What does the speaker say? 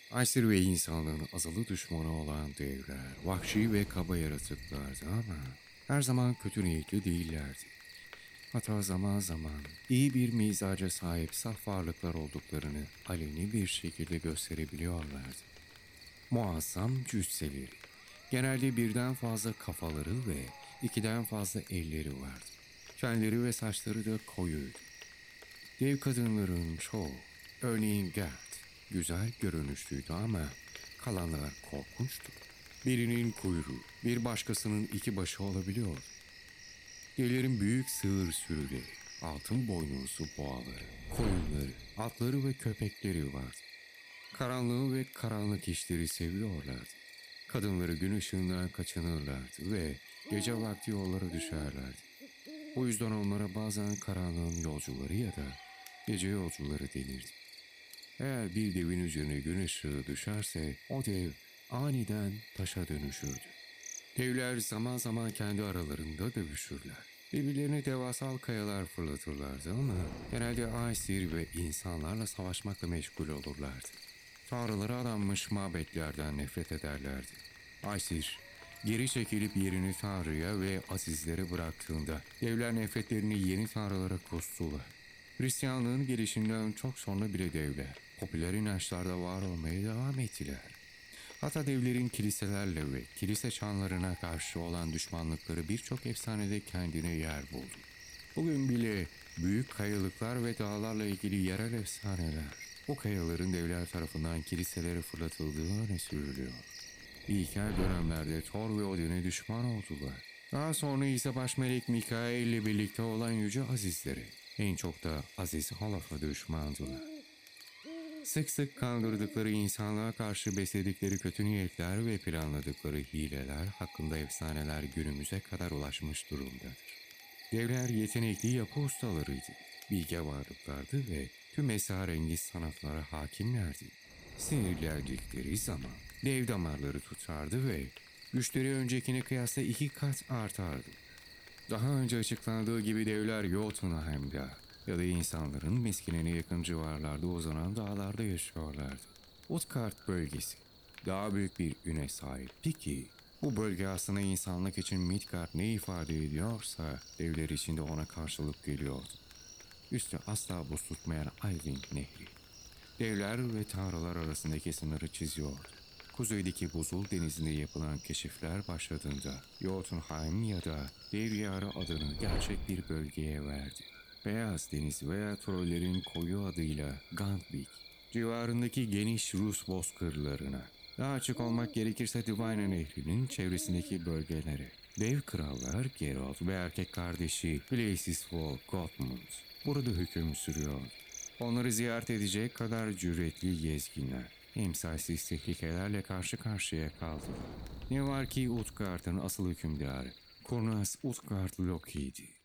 Aysir ve insanlığın azılı düşmanı olan devler, vahşi ve kaba yaratıklardı ama her zaman kötü niyetli değillerdi. Hatta zaman zaman iyi bir mizaca sahip saf varlıklar olduklarını aleni bir şekilde gösterebiliyorlardı. Muazzam cüsseleri, genelde birden fazla kafaları ve ikiden fazla elleri vardı. Tenleri ve saçları da koyuydu. Dev kadınların çoğu, örneğin Gert, güzel görünüşlüydü ama kalanlar korkunçtu. Birinin kuyruğu, bir başkasının iki başı olabiliyor. Devlerin büyük sığır sürüleri, altın boynuzlu boğaları, koyunları, atları ve köpekleri vardı. Karanlığı ve karanlık işleri seviyorlardı. Kadınları gün ışığından kaçınırlardı ve gece vakti yollara düşerlerdi. Bu yüzden onlara bazen karanlığın yolcuları ya da gece yolcuları denirdi. Eğer bir devin üzerine gün ışığı düşerse o dev aniden taşa dönüşürdü. Devler zaman zaman kendi aralarında dövüşürler. Birbirlerine devasal kayalar fırlatırlardı ama genelde Aesir ve insanlarla savaşmakla meşgul olurlardı. Tanrılara adanmış mabetlerden nefret ederlerdi. Aesir, geri çekilip yerini Tanrı'ya ve azizlere bıraktığında devler nefretlerini yeni tanrılara kustular. Hristiyanlığın gelişinden çok sonra bile devler, popüler inançlarda var olmaya devam ettiler. Hatta devlerin kiliselerle ve kilise çanlarına karşı olan düşmanlıkları birçok efsanede kendine yer buldu. Bugün bile büyük kayalıklar ve dağlarla ilgili yerel efsaneler, bu kayaların devler tarafından kiliselere fırlatıldığı öne sürülüyor. İlkel dönemlerde Thor ve Odin'e düşman oldular. Daha sonra ise baş melek Mikael ile birlikte olan yüce azizlere, en çok da Aziz Olaf'a düşmandılar. Sık sık kandırdıkları insanlığa karşı besledikleri kötü niyetler ve planladıkları hileler hakkında efsaneler günümüze kadar ulaşmış durumdadır. Devler yetenekli yapı ustalarıydı, bilge varlıklardı ve tüm esrarengiz sanatlara hakimlerdi. Sinirlendikleri zaman dev damarları tutardı ve güçleri öncekine kıyasla 2 kat artardı. Daha önce açıklandığı gibi devler Jotunheim'da ya da insanların meskenine yakın civarlarda uzanan dağlarda yaşıyorlardı. Utgard bölgesi daha büyük bir üne sahipti ki bu bölge aslında insanlık için Midgard ne ifade ediyorsa devler için de ona karşılık geliyordu. Üstü asla buz tutmayan Alving Nehri. Devler ve tanrılar arasındaki sınırı çiziyordu. Kuzeydeki buzul denizinde yapılan keşifler başladığında Jotunheim ya da Dev Yarı adını gerçek bir bölgeye verdi. Beyaz Deniz veya Trollerin koyu adıyla Gandvik, civarındaki geniş Rus bozkırlarına, daha açık olmak gerekirse Divine Nehri'nin çevresindeki bölgelere, dev krallar Geralt ve erkek kardeşi Blaisiswall Gottmund burada hüküm sürüyor. Onları ziyaret edecek kadar cüretli gezginler, emsalsiz tehlikelerle karşı karşıya kaldılar. Ne var ki Utgard'ın asıl hükümdarı, Kurnaz Utgard Loki'ydi.